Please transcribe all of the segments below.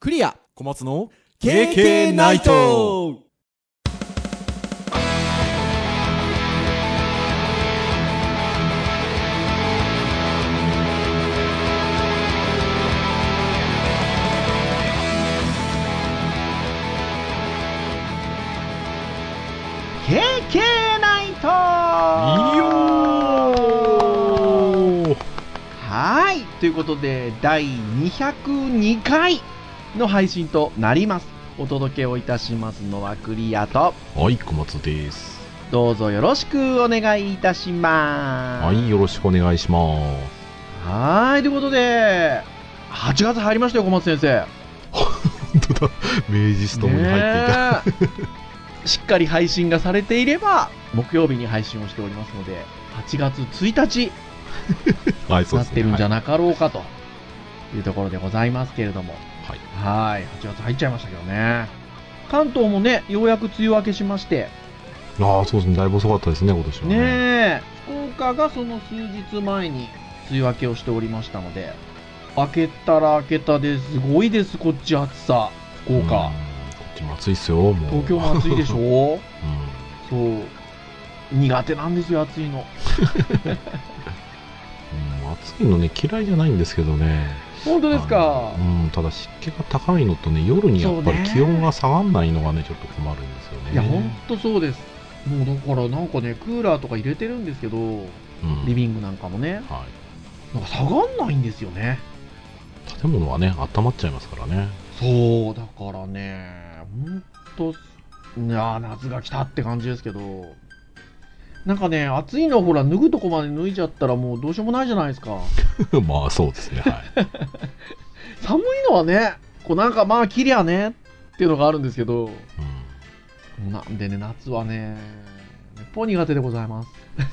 クリア小松の KK ナイト。 KK ナイト。 いいよー。 はい、ということで第202回の配信となります。お届けをいたしますのはクリアと、 はい、小松です。 どうぞよろしくお願いいたします。 はい、よろしくお願いします。 はい、ということで8月入りましたよ、小松先生。 本当だ、明治ストームに入っていた、 ね、しっかり配信がされていれば木曜日に配信をしておりますので、8月1日はい、そうなってですね、 るんじゃなかろうかというところでございますけれども、 はい、 はい、8月入っちゃいましたけどね。関東もね、ようやく梅雨明けしまして、 ああ、そうですね、だいぶ遅かったですね、今年はね。 ねえ、福岡がその数日前に梅雨明けをしておりましたので、明けたら明けたですごいです、こっち暑さ。福岡、 こっちも暑いっすよ、もう。 東京も暑いでしょうん、 そう、苦手なんですよ、暑いの。 暑いのね、嫌いじゃないんですけどね。 本当ですか。 ただ湿気が高いのとね、夜にやっぱり気温が下がらないのがね、ちょっと困るんですよね。 いや、本当そうです。もうだからなんかね、クーラーとか入れてるんですけど、リビングなんかもね、 はい、 なんか下がんないんですよね。 建物はね、温まっちゃいますからね。 そう、だからね、本当、いや、夏が来たって感じですけど、なんかね、暑いのほら、脱ぐとこまで脱いじゃったらもうどうしようもないじゃないですか。 まあそうですね、はい。 寒いのはね、こうなんかまあ切りゃねっていうのがあるんですけど、なんでね、夏はね、めっぽう苦手でございます。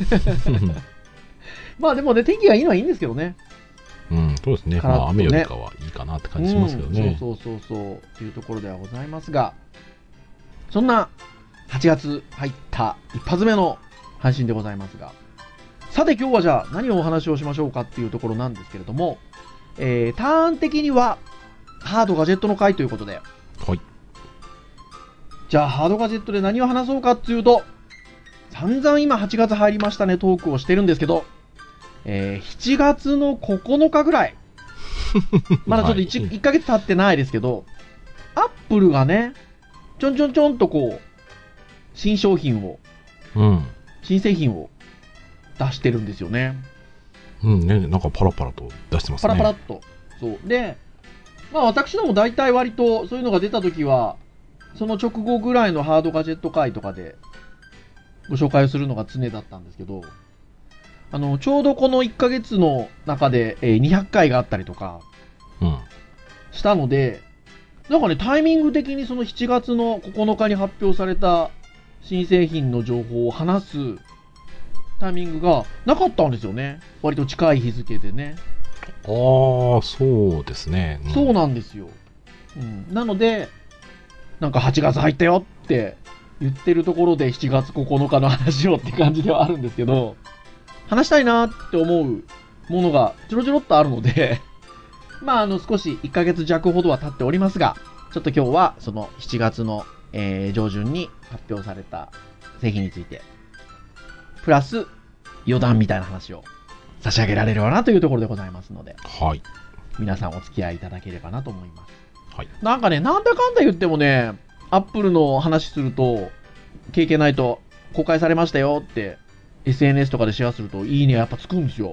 まあでもね、天気がいいのはいいんですけどね。 そうですね。まあ雨よりかはいいかなって感じしますけどね。 そうというところではございますが、そんな8月入った一発目の配信でございますが、さて今日はじゃあ何をお話をしましょうかっていうところなんですけれども、ターン的にはハードガジェットの回ということで、 はい。 じゃあハードガジェットで何を話そうかっていうと、散々今8月入りましたねトークをしてるんですけど、7月の9日ぐらいまだちょっと 1ヶ月経ってないですけど、アップルがね、ちょんとこう新商品を、新製品を出してるんですよね。 ね、なんかパラパラと出してますね。 パラパラっと。そうで、まあ私ども大体割とそういうのが出た時は、その直後ぐらいのハードガジェット会とかでご紹介をするのが常だったんですけど、ちょうどこの1ヶ月の中で、200回があったりとかしたので、なんかね、タイミング的にその7月の9日に発表された新製品の情報を話すタイミングがなかったんですよね。割と近い日付でね。 ああ、そうですね。 そうなんですよ。なので、なんか8月入ったよって言ってるところで7月9日の話をって感じではあるんですけど、話したいなって思うものがちょろちょろっとあるのでまあ少し1ヶ月弱ほどは経っておりますが、ちょっと今日はその7月の、上旬に発表された製品についてプラス余談みたいな話を差し上げられればなというところでございますので、 はい、 皆さんお付き合いいただければなと思います。 はい、 なんかね、なんだかんだ言ってもね、アップルの話すると、KKナイト公開されましたよって SNS とかでシェアするといいねやっぱつくんですよ。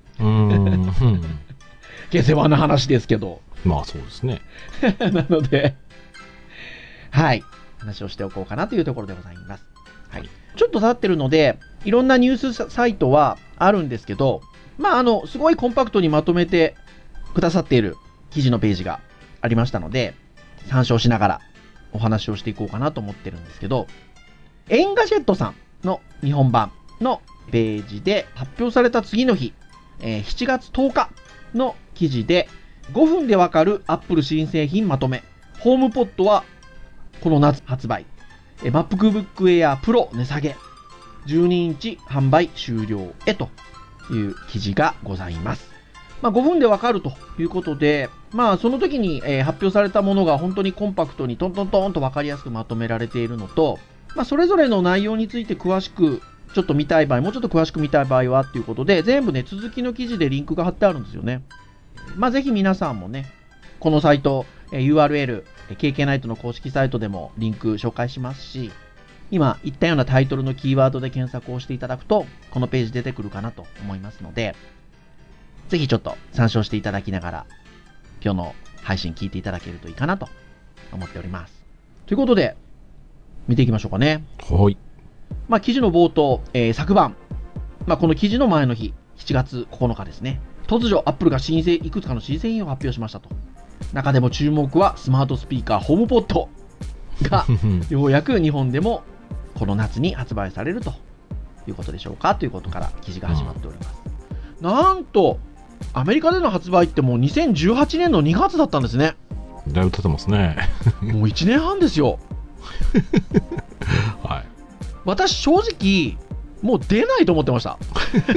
下世話な話ですけど。 まあそうですね。 なので、はい、話をしておこうかなというところでございます。はい。ちょっと経ってるので、いろんなニュースサイトはあるんですけど、まあすごいコンパクトにまとめてくださっている記事のページがありましたので、参照しながらお話をしていこうかなと思ってるんですけど、エンガジェットさんの日本版のページで発表された次の日、7月10日の記事で、5分でわかる Apple 新製品まとめ。ホームポットはこの夏発売。MacBook Air Pro 値下げ。12インチ販売終了へという記事がございます。 5分でわかるということで、その時に、発表されたものが本当にコンパクトにトントントンとわかりやすくまとめられているのと、それぞれの内容について詳しくちょっと見たい場合、もうちょっと詳しく見たい場合はっていうことで、全部ね、続きの記事でリンクが貼ってあるんですよね。ぜひ皆さんもね、このサイト、URL、KK ナイトの公式サイトでもリンク紹介しますし、今言ったようなタイトルのキーワードで検索をしていただくと、このページ出てくるかなと思いますので、ぜひちょっと参照していただきながら、今日の配信聞いていただけるといいかなと思っております。ということで、見ていきましょうかね。 はい。 記事の冒頭、昨晩、この記事の前の日、7月9日ですね。突如、Apple がいくつかの新製品を発表しましたと。中でも注目はスマートスピーカーホームポットがようやく日本でもこの夏に発売されるということでしょうかということから記事が始まっております。なんと、アメリカでの発売ってもう2018年の2月だったんですね。 だいぶ経ってますね。 もう1年半ですよ。 はい。 私正直もう出ないと思ってました。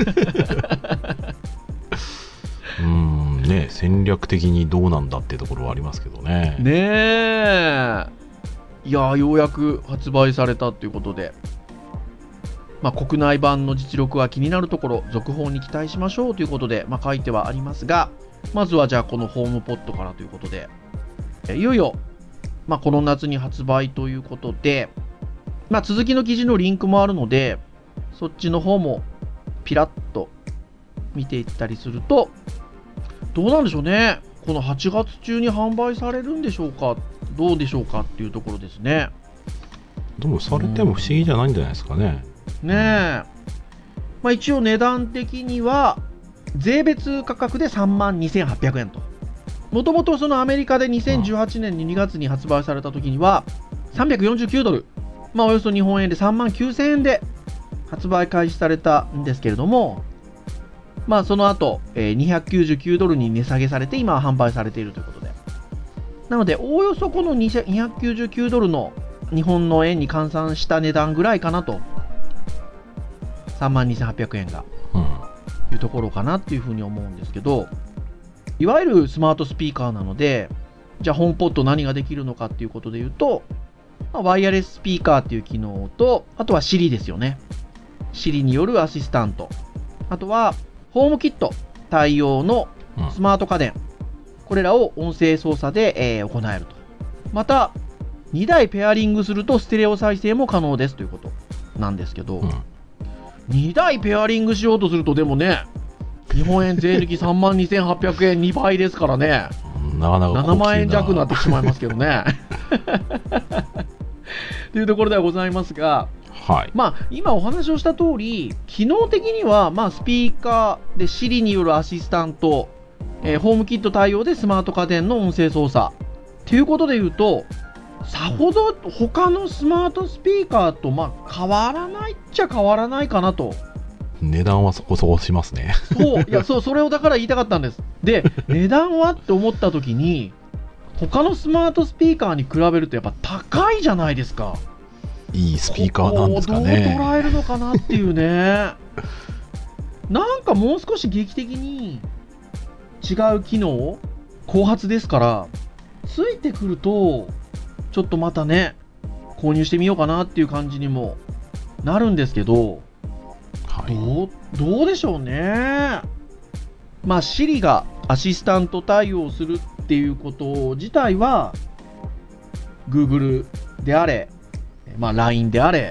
ね、戦略的にどうなんだっていうところはありますけどね。 ねえ。いや、ようやく発売されたということで、国内版の実力は気になるところ、続報に期待しましょうということで、書いてはありますが、まずはじゃあこのホームポットからということで、いよいよ、この夏に発売ということで、続きの記事のリンクもあるので、そっちの方もピラッと見ていったりすると、どうなんでしょうね。この8月中に販売されるんでしょうか、どうでしょうかっていうところですね。 でもされても不思議じゃないんじゃないですかね。 ねえ。一応値段的には税別価格で32,800円と。もともとそのアメリカで2018年に2月に発売された時には349ドル、およそ日本円で39,000円で発売開始されたんですけれども、その後、299ドルに値下げされて今は販売されているということで、なのでおおよそこの299ドルの日本の円に換算した値段ぐらいかなと、32,800円がいうところかなっていうふうに思うんですけど、いわゆるスマートスピーカーなので、じゃあホームポット何ができるのかっていうことで言うと、ワイヤレススピーカーっていう機能と、あとは Siri ですよね。Siri によるアシスタント、あとはホームキット対応のスマート家電、これらを音声操作で、行えると。また2台ペアリングするとステレオ再生も可能ですということなんですけど、2台ペアリングしようとするとでもね、日本円税抜き32,800円2倍ですからね、 なかなか 7万円弱になってしまいますけどね。というところではございますが、 はい、 今お話をした通り、機能的にはスピーカーで Siri によるアシスタント、ホームキット対応でスマート家電の音声操作ということでいうと、さほど他のスマートスピーカーと変わらないっちゃ変わらないかなと。 値段はそこそこしますね。 それをだから言いたかったんです。で、値段はって思った時に、他のスマートスピーカーに比べるとやっぱ高いじゃないですか。 いいスピーカーなんですかね。 どう捉えるのかなっていうね。なんかもう少し劇的に違う機能、後発ですからついてくると、ちょっとまたね購入してみようかなっていう感じにもなるんですけど、どうでしょうね。Siri がアシスタント対応するっていうこと自体は Google であれ、LINE であれ、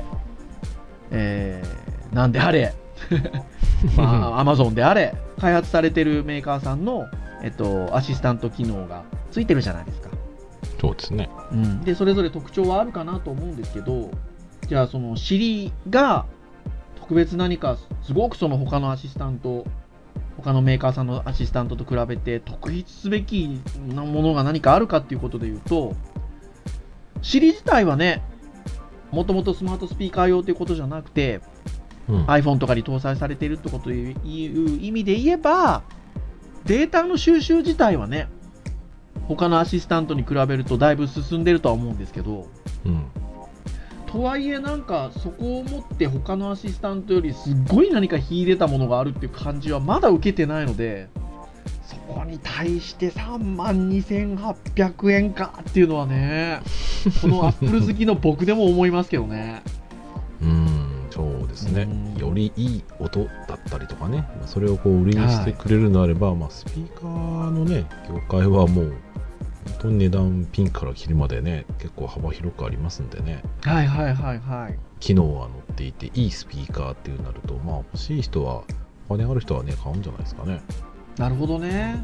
なんであれAmazon であれ、開発されてるメーカーさんの、アシスタント機能がついてるじゃないですか。 そうですね。 でそれぞれ特徴はあるかなと思うんですけど、じゃあその Siri が特別何かすごくその他のアシスタント、他のメーカーさんのアシスタントと比べて特筆すべきなものが何かあるかっていうことでいうと、 Siri 自体はね、もともとスマートスピーカー用ということじゃなくて、iPhone とかに搭載されているってこという意味で言えば、データの収集自体はね他のアシスタントに比べるとだいぶ進んでるとは思うんですけど、とはいえなんかそこをもって他のアシスタントよりすっごい何か秀でたものがあるっていう感じはまだ受けてないので、 そこに対して32,800円かっていうのはね、このアップル好きの僕でも思いますけどね。 そうですね。よりいい音だったりとかね、それをこう売りにしてくれるのであれば、スピーカーのね、業界はもう本当に値段ピンからキリまでね、結構幅広くありますんでね。機能は載っていていいスピーカーっていうなると、欲しい人は、お金ある人はね、買うんじゃないですかね。 なるほどね。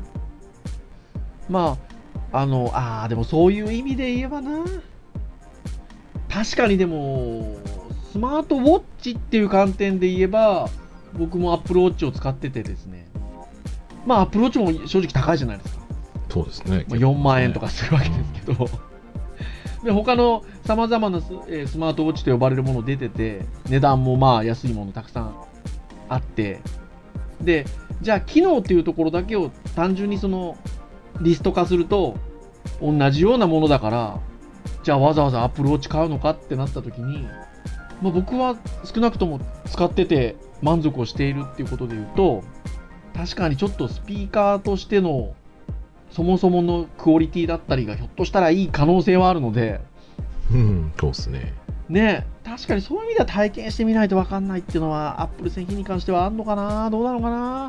でもそういう意味で言えばな、確かにでもスマートウォッチっていう観点で言えば、僕も Apple Watch を使っててですね、Apple Watch も正直高いじゃないですか。 そうですね。 4万円とかするわけですけど、で他のさまざまなスマートウォッチと呼ばれるもの出てて、値段も安いものたくさんあって、でじゃあ機能っていうところだけを単純にそのリスト化すると同じようなものだから、じゃあわざわざ Apple Watch 買うのかってなった時に、僕は少なくとも使ってて満足をしているっていうことで言うと、確かにちょっとスピーカーとしてのそもそものクオリティだったりがひょっとしたらいい可能性はあるので、 そうですね。 確かにそういう意味では体験してみないと分かんないっていうのは Apple 製品に関してはあるのかな、どうなのかな。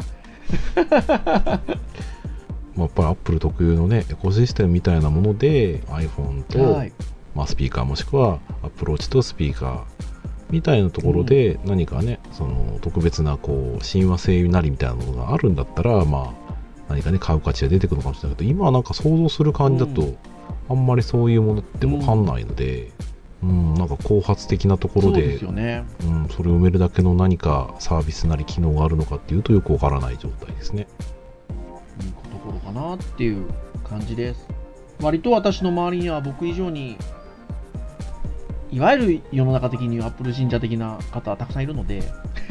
やっぱり Apple 特有のね、エコシステムみたいなもので iPhone と、スピーカーもしくは Apple Watch とスピーカーみたいなところで何かね、その特別なこう親和性なりみたいなものがあるんだったら、何かね買う価値が出てくるのかもしれないけど、今はなんか想像する感じだと、あんまりそういうものって分かんないので、なんか後発的なところで、 そうですよね。 それを埋めるだけの何かサービスなり機能があるのかっていうとよく分からない状態ですね。 いいところかなっていう感じです。割と私の周りには僕以上にいわゆる世の中的にアップル信者的な方はたくさんいるので、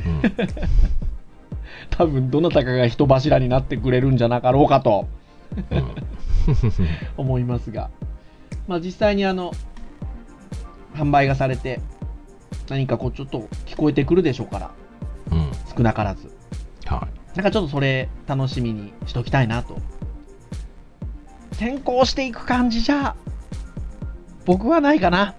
多分どなたかが人柱になってくれるんじゃなかろうかと、思いますが、実際に販売がされて何かこうちょっと聞こえてくるでしょうから、少なからず、なんかちょっとそれ楽しみにしときたいなと。先行していく感じじゃ僕はないかな。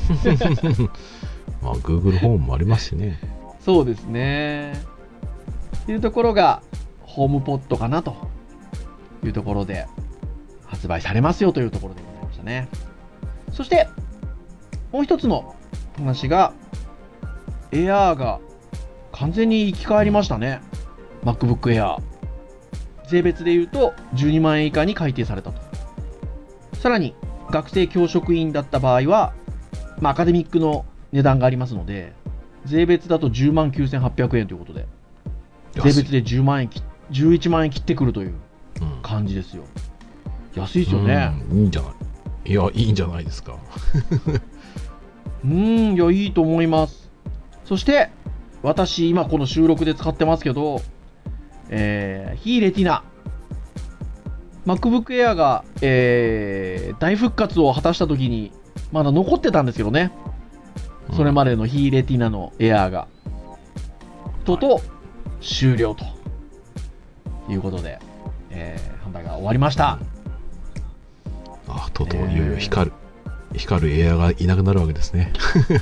Google ホームもありますしね。 そうですね。というところがホームポッドかなというところで発売されますよというところでございましたね。そしてもう一つの話が Air が完全に生き返りましたね。 MacBook Air 税別でいうと12万円以下に改定されたと。さらに学生教職員だった場合は、アカデミックの値段がありますので、税別だと10万9800円ということで、税別で11万円切ってくるという感じですよ。安いですよね。 いいんじゃない？いや、いいんじゃないですか。 いや、いいと思います。そして私今この収録で使ってますけど、非レティナ MacBook Air が、大復活を果たした時にまだ残ってたんですけどね、それまでの非レティナの Air がとうとう終了ということで、販売が終わりました。 とうとういよいよ光るエアがいなくなるわけですね。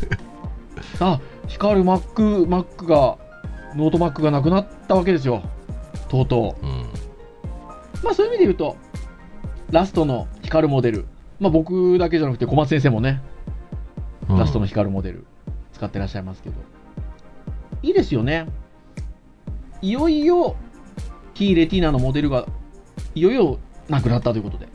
光る Mac がノート Mac がなくなったわけですよ、とうとう。そういう意味で言うとラストの光るモデル、僕だけじゃなくて小松先生もね、ラストの光るモデル使ってらっしゃいますけど、いいですよね。いよいよ非レティナのモデルがいよいよなくなったということで、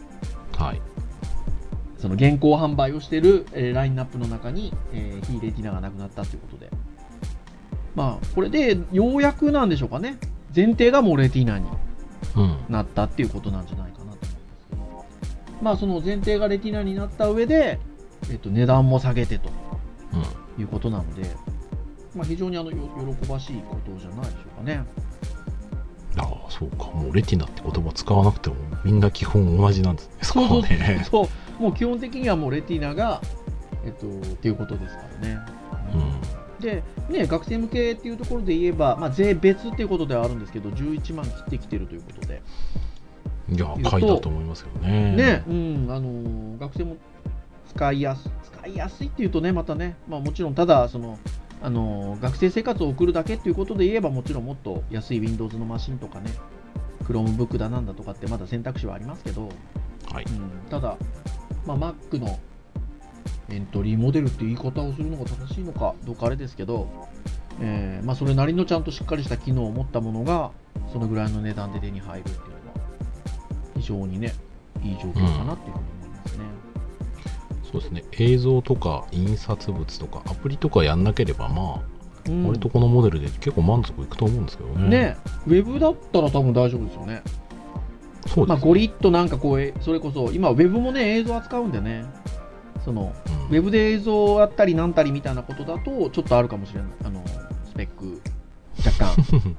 その現行販売をしている、ラインナップの中に、非レティナがなくなったということで、これでようやくなんでしょうかね、前提がもうレティナになったっていうことなんじゃないかなと思うんですけど、その前提がレティナになった上で、値段も下げてということなので、非常に喜ばしいことじゃないでしょうかね。 そうか、もうレティナって言葉使わなくてもみんな基本同じなんですね。 そうもう基本的にはもうレティナがっていうことですからね。でね、学生向けっていうところで言えば、税別っていうことではあるんですけど、11万切ってきてるということで、 いや買いだと思いますよね。 ね、学生も使いやすいっていうとね、またね、もちろんただ学生生活を送るだけっていうことで言えば、もちろんもっと安い Windows のマシンとかね、Chromebook だなんだとかってまだ選択肢はありますけど、 はい、 ただ、Mac のエントリーモデルっていう言い方をするのが正しいのかどうかあれですけど、それなりのちゃんとしっかりした機能を持ったものがそのぐらいの値段で手に入るっていうのは非常にね、いい状況かなっていうふうに思いますね。 そうですね。映像とか印刷物とかアプリとかやんなければ割とこのモデルで結構満足いくと思うんですけどね。 ね、ウェブだったら多分大丈夫ですよね。 そうですね。 ゴリッとなんかそれこそ今ウェブもね映像扱うんでね、ウェブで映像あったりなんたりみたいなことだとちょっとあるかもしれない。スペック若干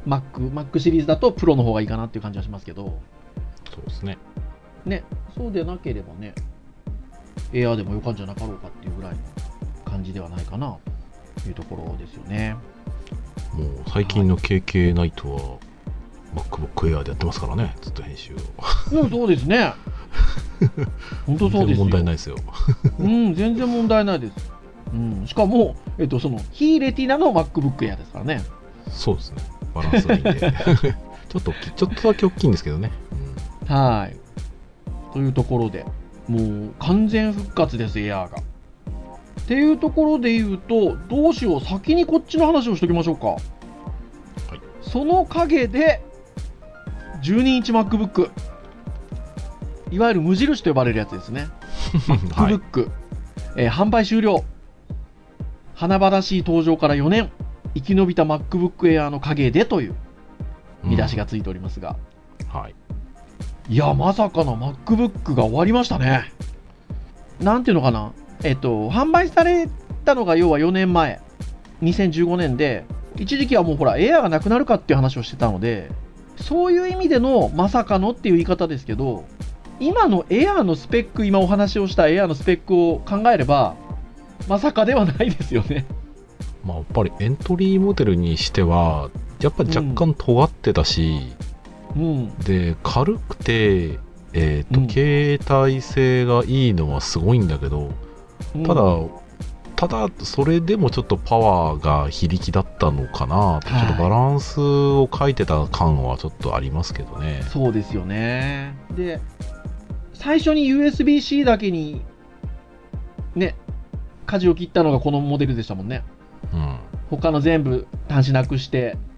Mac シリーズだとプロの方がいいかなっていう感じはしますけど。 そうですね。 ね、そうでなければね、エアーでもよかんじゃなかろうかっていうぐらいの感じではないかなというところですよね。 もう最近の KK ナイトは MacBook Air でやってますからね、ずっと編集を。 そうですね。本当そうですよ。 全然問題ないですよ。 全然問題ないです。しかも、非レティナの MacBook Air ですからね。 そうですね。バランスがいいんで。ちょっとだけ大きいんですけどね。 はい。というところで、もう完全復活です、エアーが。っていうところで言うと、どうしよう、先にこっちの話をしておきましょうか。はい、その陰で、12インチ MacBook。いわゆる無印と呼ばれるやつですね。MacBook、販売終了。華々しい登場から4年。生き延びた MacBook Air の陰でという見出しがついておりますが。 はい。 いや、まさかの MacBook が終わりましたね。なんていうのかな。販売されたのが要は4年前。2015年で、一時期はもうほら、Air がなくなるかっていう話をしてたので、そういう意味でのまさかのっていう言い方ですけど、今の Air のスペック、今お話をした Air のスペックを考えれば、まさかではないですよね。 やっぱりエントリーモデルにしては、やっぱ若干尖ってたし、で軽くて、携帯性がいいのはすごいんだけど、ただそれでもちょっとパワーが非力だったのかなと、ちょっとバランスを欠いてた感はちょっとありますけどね。 そうですよね。で、最初に USB-C だけにね、舵を切ったのがこのモデルでしたもんね。他の全部端子なくして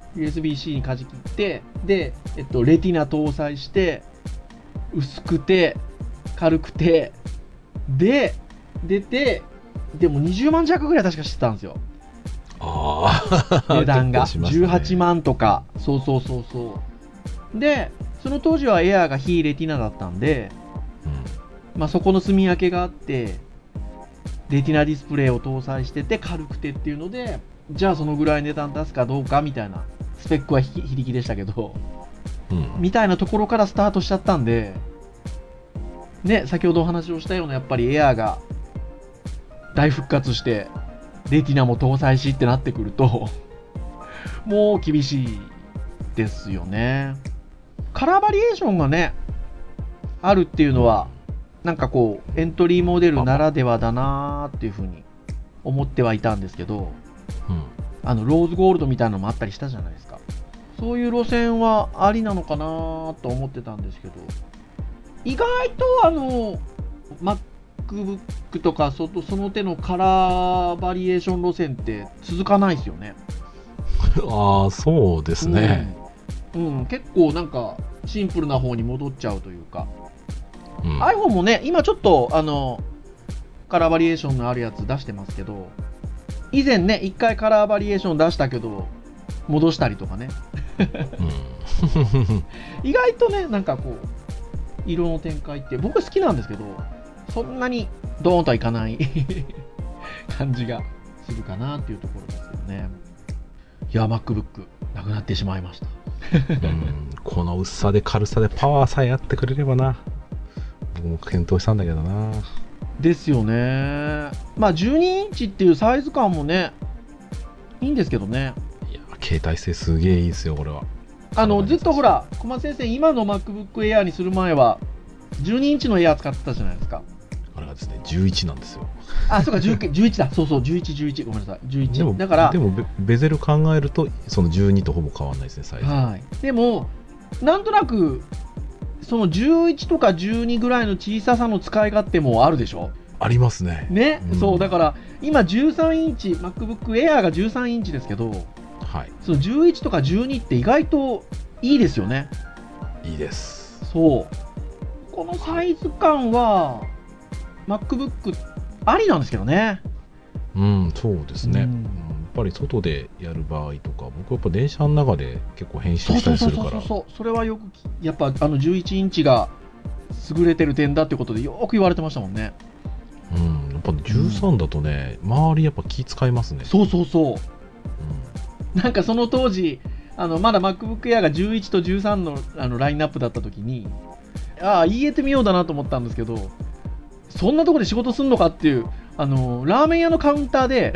USB-C に舵切って、で、レティナ搭載して薄くて軽くてで出て、でも20万弱ぐらい確かしてたんですよ。値段が18万とか。そうで、その当時はエアーが非レティナだったんで、そこの積み分けがあって、レティナディスプレイを搭載してて軽くてっていうので、じゃあそのぐらい値段出すかどうかみたいな、スペックは非力でしたけど、みたいなところからスタートしちゃったんでね、先ほどお話をしたような、やっぱりエアーが大復活してレティナも搭載しってなってくるともう厳しいですよね。カラーバリエーションがねあるっていうのは、なんかこうエントリーモデルならではだなーっていうふうに思ってはいたんですけど、ローズゴールドみたいなのもあったりしたじゃないですか。そういう路線はありなのかなと思ってたんですけど、意外とMacBook とかその手のカラーバリエーション路線って続かないですよね。 そうですね。 結構なんかシンプルな方に戻っちゃうというか、iPhone もね今ちょっとカラーバリエーションのあるやつ出してますけど、以前ね一回カラーバリエーション出したけど戻したりとかね意外とねなんかこう色の展開って僕好きなんですけど、そんなにドーンとはいかない感じがするかなっていうところですよね。いや MacBook なくなってしまいましたこの薄さで軽さでパワーさえあってくれればな、僕も検討したんだけどな。 ですよね。12インチっていうサイズ感もねいいんですけどね。 いや携帯性すげえいいですよこれは。 ずっとほら小松先生今の MacBook Air にする前は12インチの Air 使ってたじゃないですか。 あれがですね11なんですよ。 あ、そうか11だ。そう11ごめんなさい11 でもだからでもベゼル考えるとその12とほぼ変わらないですねサイズ。 はい。でもなんとなくその11とか12ぐらいの小ささの使い勝手もあるでしょ。 ありますね。 ね、 うん、 そうだから今13インチ MacBook Air が13インチですけど、 はい、 その11とか12って意外といいですよね。 いいです。 そうこのサイズ感は MacBook ありなんですけどね。 うん、そうですね、 うん、 やっぱり外でやる場合とか僕はやっぱ電車の中で結構編集したりするから、 それはよくやっぱ11インチが優れてる点だってことでよく言われてましたもんね。 うん、やっぱ13だとね、周りやっぱ気使いますね。 そう、なんかその当時まだ MacBook Air が11と13のラインナップだった時に言えてみようだなと思ったんですけど、そんなところで仕事すんのかっていうラーメン屋のカウンターで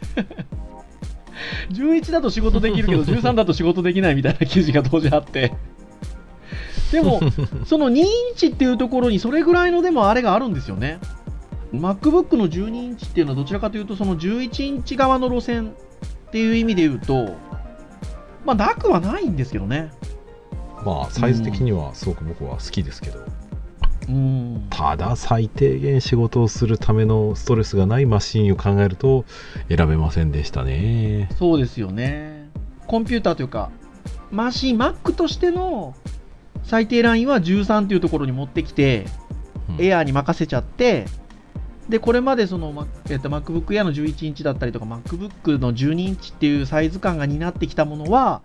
11だと仕事できるけど13だと仕事できないみたいな記事が当時あってでもその2インチっていうところにそれぐらいのでもあれがあるんですよね。 MacBook の12インチっていうのはどちらかというとその11インチ側の路線っていう意味で言うとまあなくはないんですけどね。 まあサイズ的にはすごく僕は好きですけど、ただ最低限仕事をするためのストレスがないマシンを考えると選べませんでしたね。 そうですよね。コンピューターというかマシン Mac としての最低ラインは13というところに持ってきて、エアーに任せちゃってでこれまでその、MacBook Air の11インチだったりとか MacBook の12インチっていうサイズ感が担ってきたものは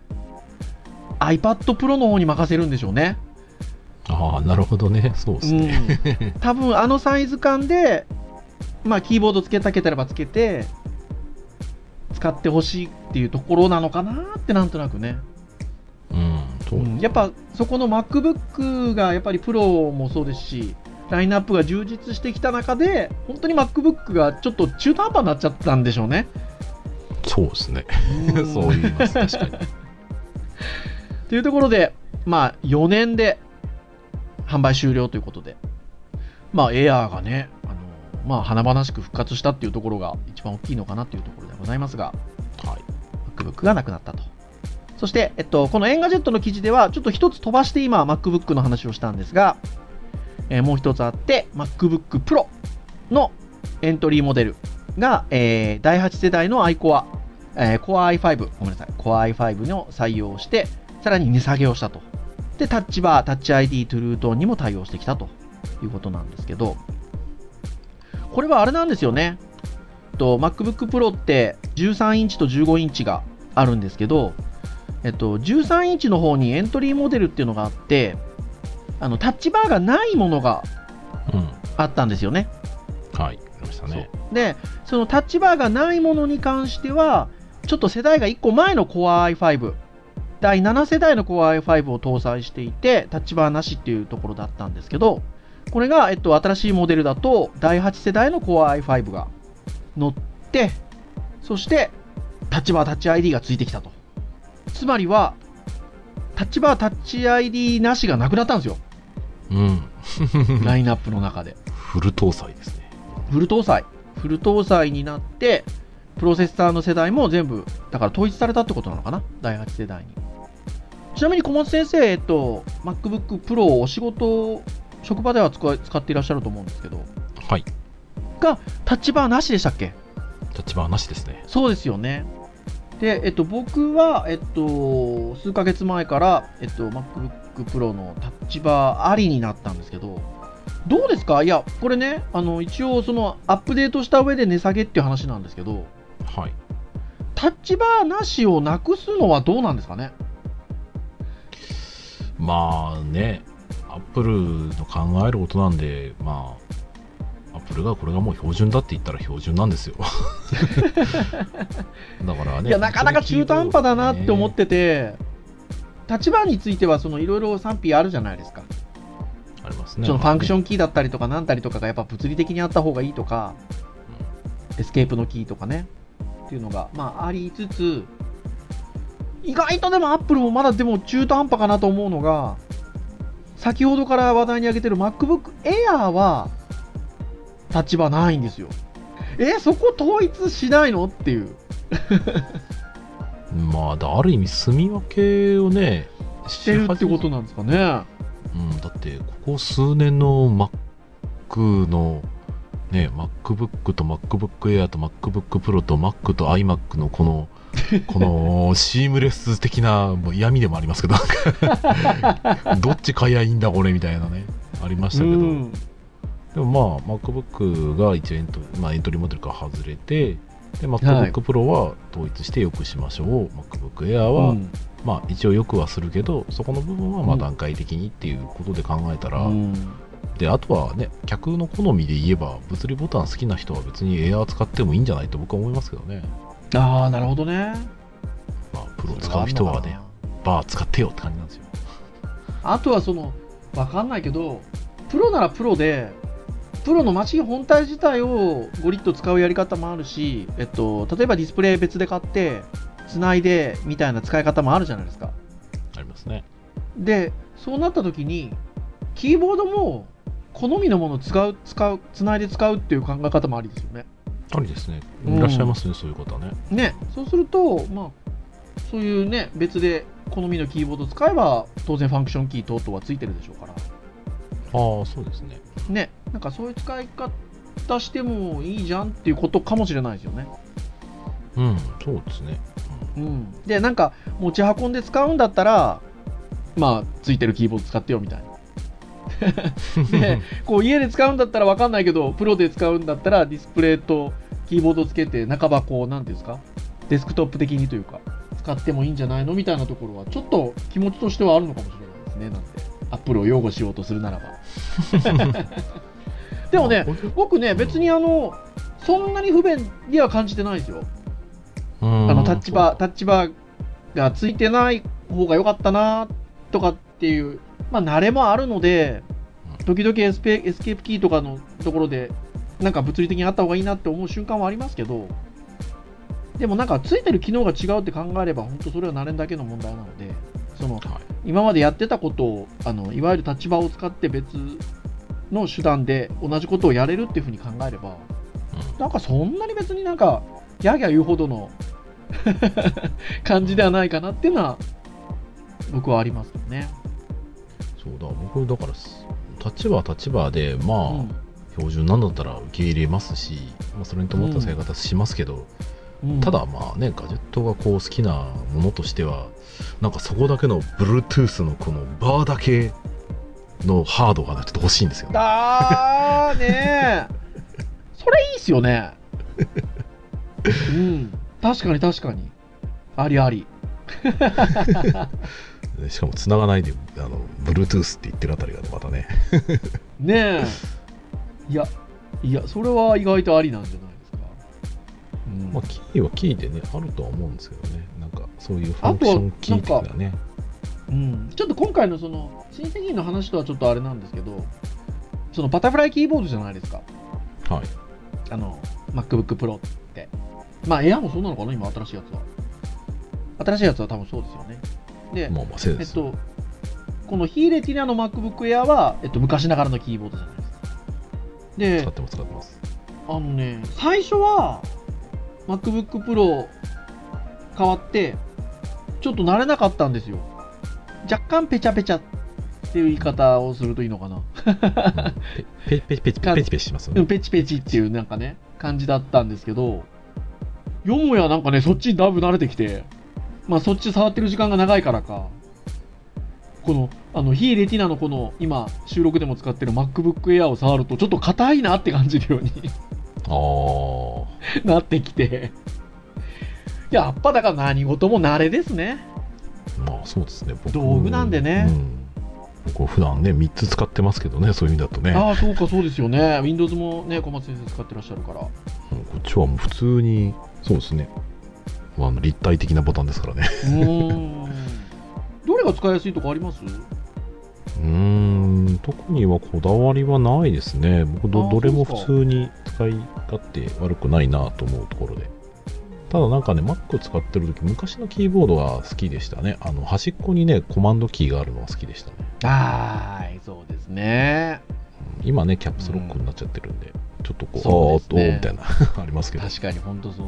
iPad Pro の方に任せるんでしょうね。 ああなるほどね。そうですね、 多分サイズ感でまあキーボードつけたければつけて使ってほしいっていうところなのかなってなんとなくね。やっぱそこの MacBook がやっぱりプロもそうですしラインナップが充実してきた中で本当に MacBook がちょっと中途半端になっちゃったんでしょうね。 そうですねそう言います確かにというところでまあ4年で販売終了ということでまあ Air がねまあ華々しく復活したっていうところが一番大きいのかなというところでございますが、 はい、 MacBook がなくなったと。そして、このエンガジェットの記事ではちょっと一つ飛ばして今 MacBook の話をしたんですが、もう一つあって MacBook Pro のエントリーモデルが、第8世代の iCore、Core i5 ごめんなさい Core i5 の採用をしてさらに値下げをしたと。でタッチバータッチ ID トゥルートーンにも対応してきたということなんですけど、これはあれなんですよね。MacBook Pro って13インチと15インチがあるんですけど、13インチの方にエントリーモデルっていうのがあってタッチバーがないものがあったんですよね。 はい、ありましたね。 でそのタッチバーがないものに関してはちょっと世代が1個前の Core i5 第7世代の Core i5 を搭載していてタッチバーなしっていうところだったんですけど、これが、新しいモデルだと第8世代の Core i5 が乗ってそしてタッチバータッチ ID がついてきたと。つまりはタッチバータッチ ID なしがなくなったんですよ、ラインナップの中で。 フル搭載ですね。 フル搭載になってプロセッサーの世代も全部だから統一されたってことなのかな、第8世代に。ちなみに小松先生、MacBook Pro をお仕事職場では使っていらっしゃると思うんですけど、 はいがタッチバーなしでしたっけ？ タッチバーなしですね。 そうですよね。で、僕は、数ヶ月前から、MacBook Pro のタッチバーありになったんですけど、どうですか？いや、これね、一応そのアップデートした上で値下げっていう話なんですけど、 はい。 タッチバーなしをなくすのはどうなんですかね？ まあね、アップルの考えることなんで、まあ、アップルがこれがもう標準だって言ったら標準なんですよ。だからね。 いや、なかなか中途半端だなって思ってて、タッチバーについてはいろいろ賛否あるじゃないですか。 ありますね。 そのファンクションキーだったりとかなんたりとかがやっぱ物理的にあった方がいいとか、エスケープのキーとかねっていうのがまあありつつ、 意外とでもアップルもまだでも中途半端かなと思うのが、先ほどから話題に挙げてる MacBook Air は立場ないんですよ。そこ統一しないのっていうまあある意味住み分けをねしてるってことなんですかね。 だってここ数年の Mac のね MacBook と MacBook Air と MacBook Pro と Mac と iMac のこのシームレス的なもう嫌味でもありますけどどっち買いやいいんだこれみたいなねありましたけど、でもまあ MacBook が一応エントリーモデルから外れて、で MacBook Pro は統一してよくしましょう、MacBook Air は、まあ一応よくはするけどそこの部分はまあ段階的にっていうことで考えたら、であとはね客の好みで言えば物理ボタン好きな人は別に Air 使ってもいいんじゃないと僕は思いますけどね。 ああなるほどね。 まあプロ使う人はねバー使ってよって感じなんですよ。 あとはわかんないけどプロならプロでプロのマシン本体自体をゴリッと使うやり方もあるし、例えばディスプレイ別で買ってつないでみたいな使い方もあるじゃないですか。 ありますね。 でそうなった時にキーボードも好みのものをつないで使うっていう考え方もありですよね。 ありですね。いらっしゃいますね、そういう方ね。 ね、そうするとまあそういうね別で好みのキーボードを使えば当然ファンクションキー等々はついてるでしょうから。 ああそうですね。 ね、なんかそういう使い方してもいいじゃんっていうことかもしれないですよね。 そうですね。 でなんか持ち運んで使うんだったらまあついてるキーボード使ってよみたいなでこう家で使うんだったら分かんないけどプロで使うんだったらディスプレイとキーボードつけて半ばこうなんていうんですかデスクトップ的にというか使ってもいいんじゃないのみたいなところはちょっと気持ちとしてはあるのかもしれないですね。なんてアップルを擁護しようとするならばでもね僕ね別にそんなに不便には感じてないですよ。タッチバーがついてない方が良かったなとかっていうまあ慣れもあるので時々エスケープキーとかのところでなんか物理的にあった方がいいなって思う瞬間はありますけど、でもなんかついてる機能が違うって考えれば本当それは慣れんだけの問題なので今までやってたことをいわゆるタッチバーを使って別の手段で同じことをやれるっていうふうに考えれば、なんかそんなに別になんかギャーギャー言うほどの感じではないかなっていうのは僕はありますよね。 そうだ僕だから立場でまあ、標準なんだったら受け入れますし、まあ、それに伴った使い方しますけど、ただまあねガジェットがこう好きなものとしてはなんかそこだけの Bluetooth のこのバーだけのハードがねちょっと欲しいんですよね。 だーねそれいいっすよね確かにありありしかも繋がないでBluetooth って言ってるあたりがまたねねえいやそれは意外とありなんじゃないですか。 まあキーはキーでねあるとは思うんですけどね、なんかそういうファンクションキー的なね。 ちょっと今回のその新製品の話とはちょっとあれなんですけど、そのバタフライキーボードじゃないですか。 はい。 MacBook Pro って。まあ Air もそうなのかな今新しいやつは。新しいやつは多分そうですよね。で、 まあせいです。 この非レティナの MacBook Air は、昔ながらのキーボードじゃないですか。で、 使ってます。 最初は MacBook Pro 変わってちょっと慣れなかったんですよ。若干ペチャペチャっていう言い方をするといいのかなペチしますよね。 ペチペチっていうなんかね感じだったんですけど、よもやなんかねそっちにだいぶ慣れてきて、まあそっち触ってる時間が長いからか、この非レティナのこの今収録でも使ってる MacBook Air を触るとちょっと硬いなって感じるようになってきて、やっぱだから何事も慣れですね。 まあそうですね。 道具なんでね。 僕普段ね3つ使ってますけどね、そういう意味だとね。 ああそうかそうですよね。Windows もね小松先生使ってらっしゃるから。こっちはもう普通にそうですね。立体的なボタンですからね。 どれが使いやすいとかあります？ 特にはこだわりはないですね。僕どれも普通に使い勝手悪くないなと思うところで。 ただなんかね Mac 使ってる時昔のキーボードが好きでしたね。端っこにねコマンドキーがあるのが好きでしたね。 はい、そうですね。 今ねキャップスロックになっちゃってるんで、ちょっとこうそうですねみたいなありますけど、 確かに本当そう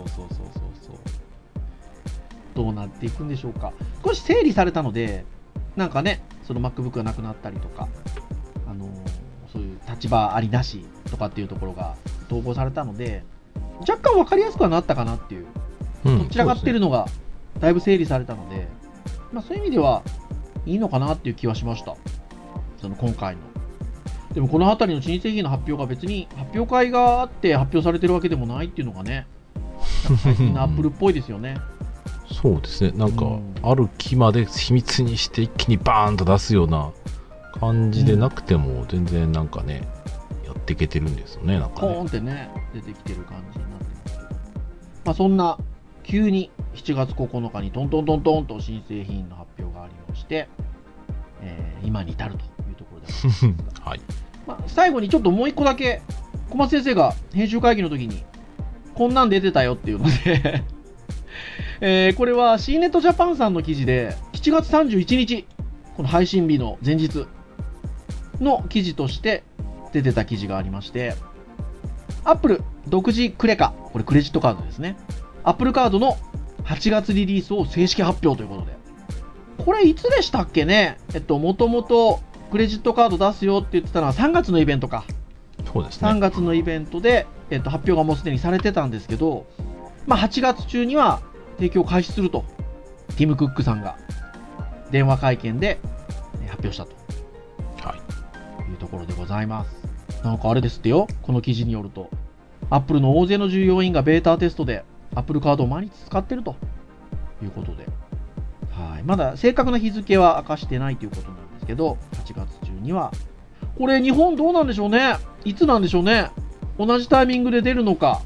どうなっていくんでしょうか。少し整理されたので、なんかね、その MacBook がなくなったりとか、そういう立場ありなしとかっていうところが統合されたので、若干分かりやすくはなったかなっていう、どちらかってるのがだいぶ整理されたので、まあ、そういう意味ではいいのかなっていう気はしました。その今回の。でもこの辺りの新製品の発表が別に発表会があって発表されてるわけでもないっていうのがね、最近のアップルっぽいですよね。 そうですね、なんか、ある機まで秘密にして一気にバーンと出すような感じでなくても、全然なんかね、やっていけてるんですよね、なんかね。 ポーンってね、出てきてる感じになってますけど。まあそんな、急に7月9日にトントントントンと新製品の発表がありまして、今に至るというところでございます。 はい。 まあ、最後にちょっともう一個だけ、小松先生が編集会議の時に、こんなん出てたよっていうのでこれは CNET Japan さんの記事で、7月31日、この配信日の前日の記事として出てた記事がありまして、Apple 独自クレカ、これクレジットカードですね。Apple カードの8月リリースを正式発表ということで。これいつでしたっけね。もともとクレジットカード出すよって言ってたのは3月のイベントか。 そうですね。 3月のイベントで、発表がもうすでにされてたんですけど、まあ、8月中には提供開始すると、ティム・クックさんが電話会見で発表したと、いうところでございます。なんかあれですってよ、この記事によると、アップルの大勢の従業員がベータテストでアップルカードを毎日使ってるということで、はい、まだ正確な日付は明かしてないということなんですけど、8月中には、これ日本どうなんでしょうね、いつなんでしょうね、同じタイミングで出るのか。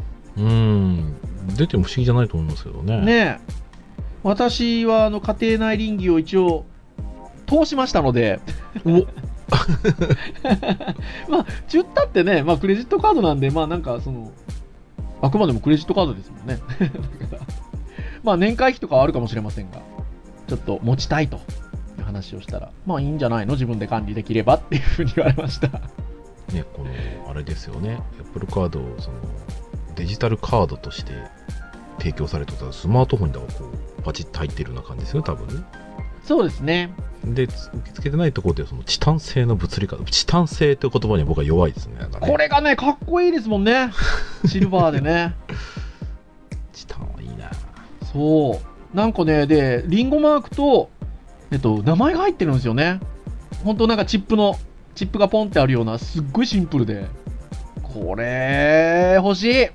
出ても不思議じゃないと思いますけどね。 ねえ、私は家庭内倫理を一応通しましたのでまあ言ったってね、まあクレジットカードなんで、まあなんかあくまでもクレジットカードですもんねだからまあ年会費とかはあるかもしれませんが、ちょっと持ちたいという話をしたら、まあいいんじゃないの、自分で管理できればっていうふうに言われましたね、このあれですよね、Apple カードをデジタルカードとして提供されてたスマートフォンにこうパチッと入ってるような感じですよ、多分ね。 そうですね。 で、受け付けてないところでチタン製の物理カード、チタン製という言葉には僕は弱いですね。なんかね、 これがね、かっこいいですもんねシルバーでねチタンはいいな。 そう、なんかね、でリンゴマークと名前が入ってるんですよね。本当なんかチップがポンってあるような、すっごいシンプルで、これ欲しい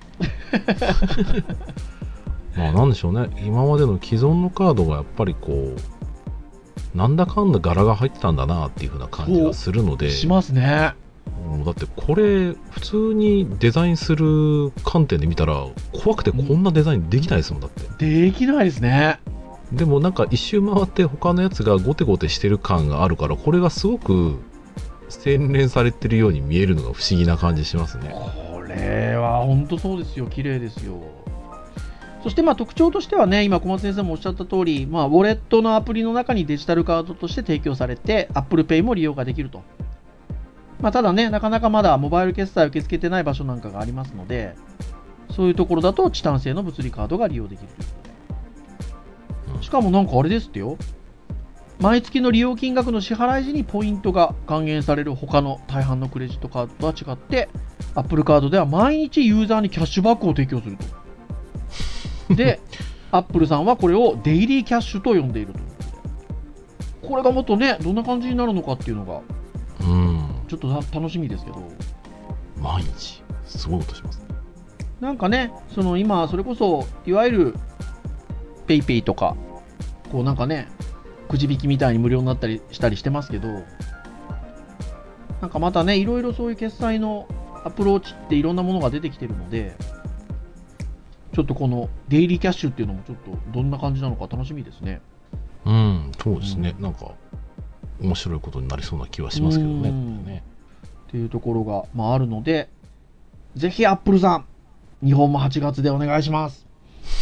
まあなんでしょうね、今までの既存のカードがやっぱりこうなんだかんだ柄が入ってたんだなっていう風な感じがするので、 しますね。 だってこれ普通にデザインする観点で見たら怖くてこんなデザインできないですもん、だって。 できないですね。 でもなんか一周回って他のやつがゴテゴテしてる感があるから、これがすごく洗練されてるように見えるのが不思議な感じしますね。 これは本当そうですよ、綺麗ですよ。そしてまあ特徴としてはね、今小松先生もおっしゃった通り、まあ、ウォレットのアプリの中にデジタルカードとして提供されて Apple Pay も利用ができると。まあ、ただね、なかなかまだモバイル決済を受け付けてない場所なんかがありますので、そういうところだとチタン製の物理カードが利用できるということで、しかもなんかあれですってよ、毎月の利用金額の支払い時にポイントが還元される他の大半のクレジットカードとは違って、Apple カードでは毎日ユーザーにキャッシュバックを提供すると。で、Apple さんはこれをデイリーキャッシュと呼んでいるということで、これがもっとね、どんな感じになるのかっていうのが、ちょっと楽しみですけど。 毎日すごいことしますね。 なんかね、今それこそいわゆる PayPay とかこうなんかね、くじ引きみたいに無料になったりしたりしてますけど、なんかまたね、いろいろそういう決済のアプローチっていろんなものが出てきてるので、ちょっとこのデイリーキャッシュっていうのもちょっとどんな感じなのか楽しみですね。 そうですね、なんか面白いことになりそうな気はしますけどね。 っていうところが、まあ、あるので、ぜひアップルさん、日本も8月でお願いします。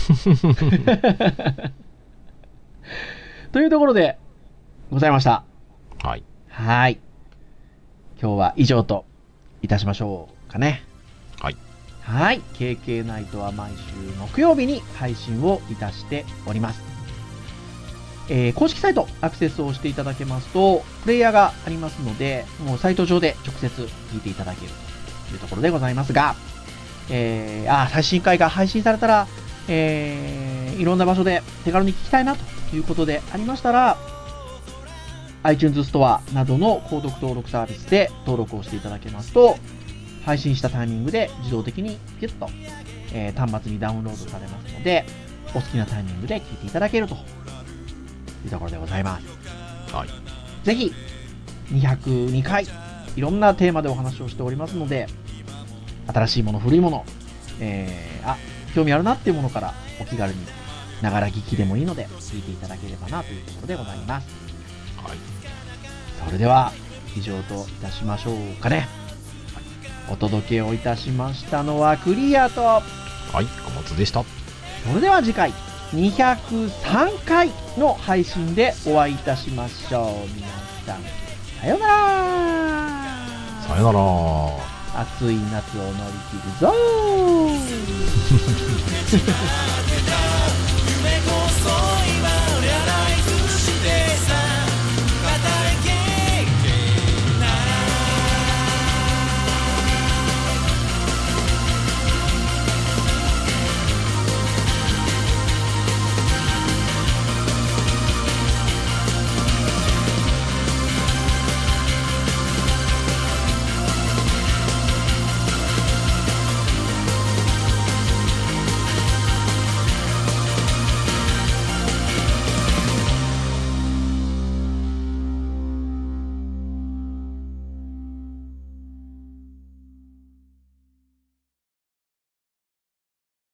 というところでございました。 はい。 はい。今日は以上といたしましょうかね。 はい。 はい。KK ナイトは毎週木曜日に配信をいたしております。公式サイトアクセスをしていただけますと、プレイヤーがありますので、もうサイト上で直接聞いていただけるというところでございますが、最新回が配信されたら、いろんな場所で手軽に聞きたいなということでありましたら、iTunes ストアなどの購読登録サービスで登録をしていただけますと、配信したタイミングで自動的にピュッと、端末にダウンロードされますので、お好きなタイミングで聞いていただけるというところでございます。 はい。 ぜひ、202回、いろんなテーマでお話をしておりますので、新しいもの、古いもの、興味あるなっていうものからお気軽に、ながら聞きでもいいので、聞いていただければなというところでございます。 はい。 それでは、以上といたしましょうかね。お届けをいたしましたのはクリアと、 はい、小松でした。 それでは次回、203回の配信でお会いいたしましょう。皆さん、さようなら。 さよなら。 暑い夏を乗り切るぞー。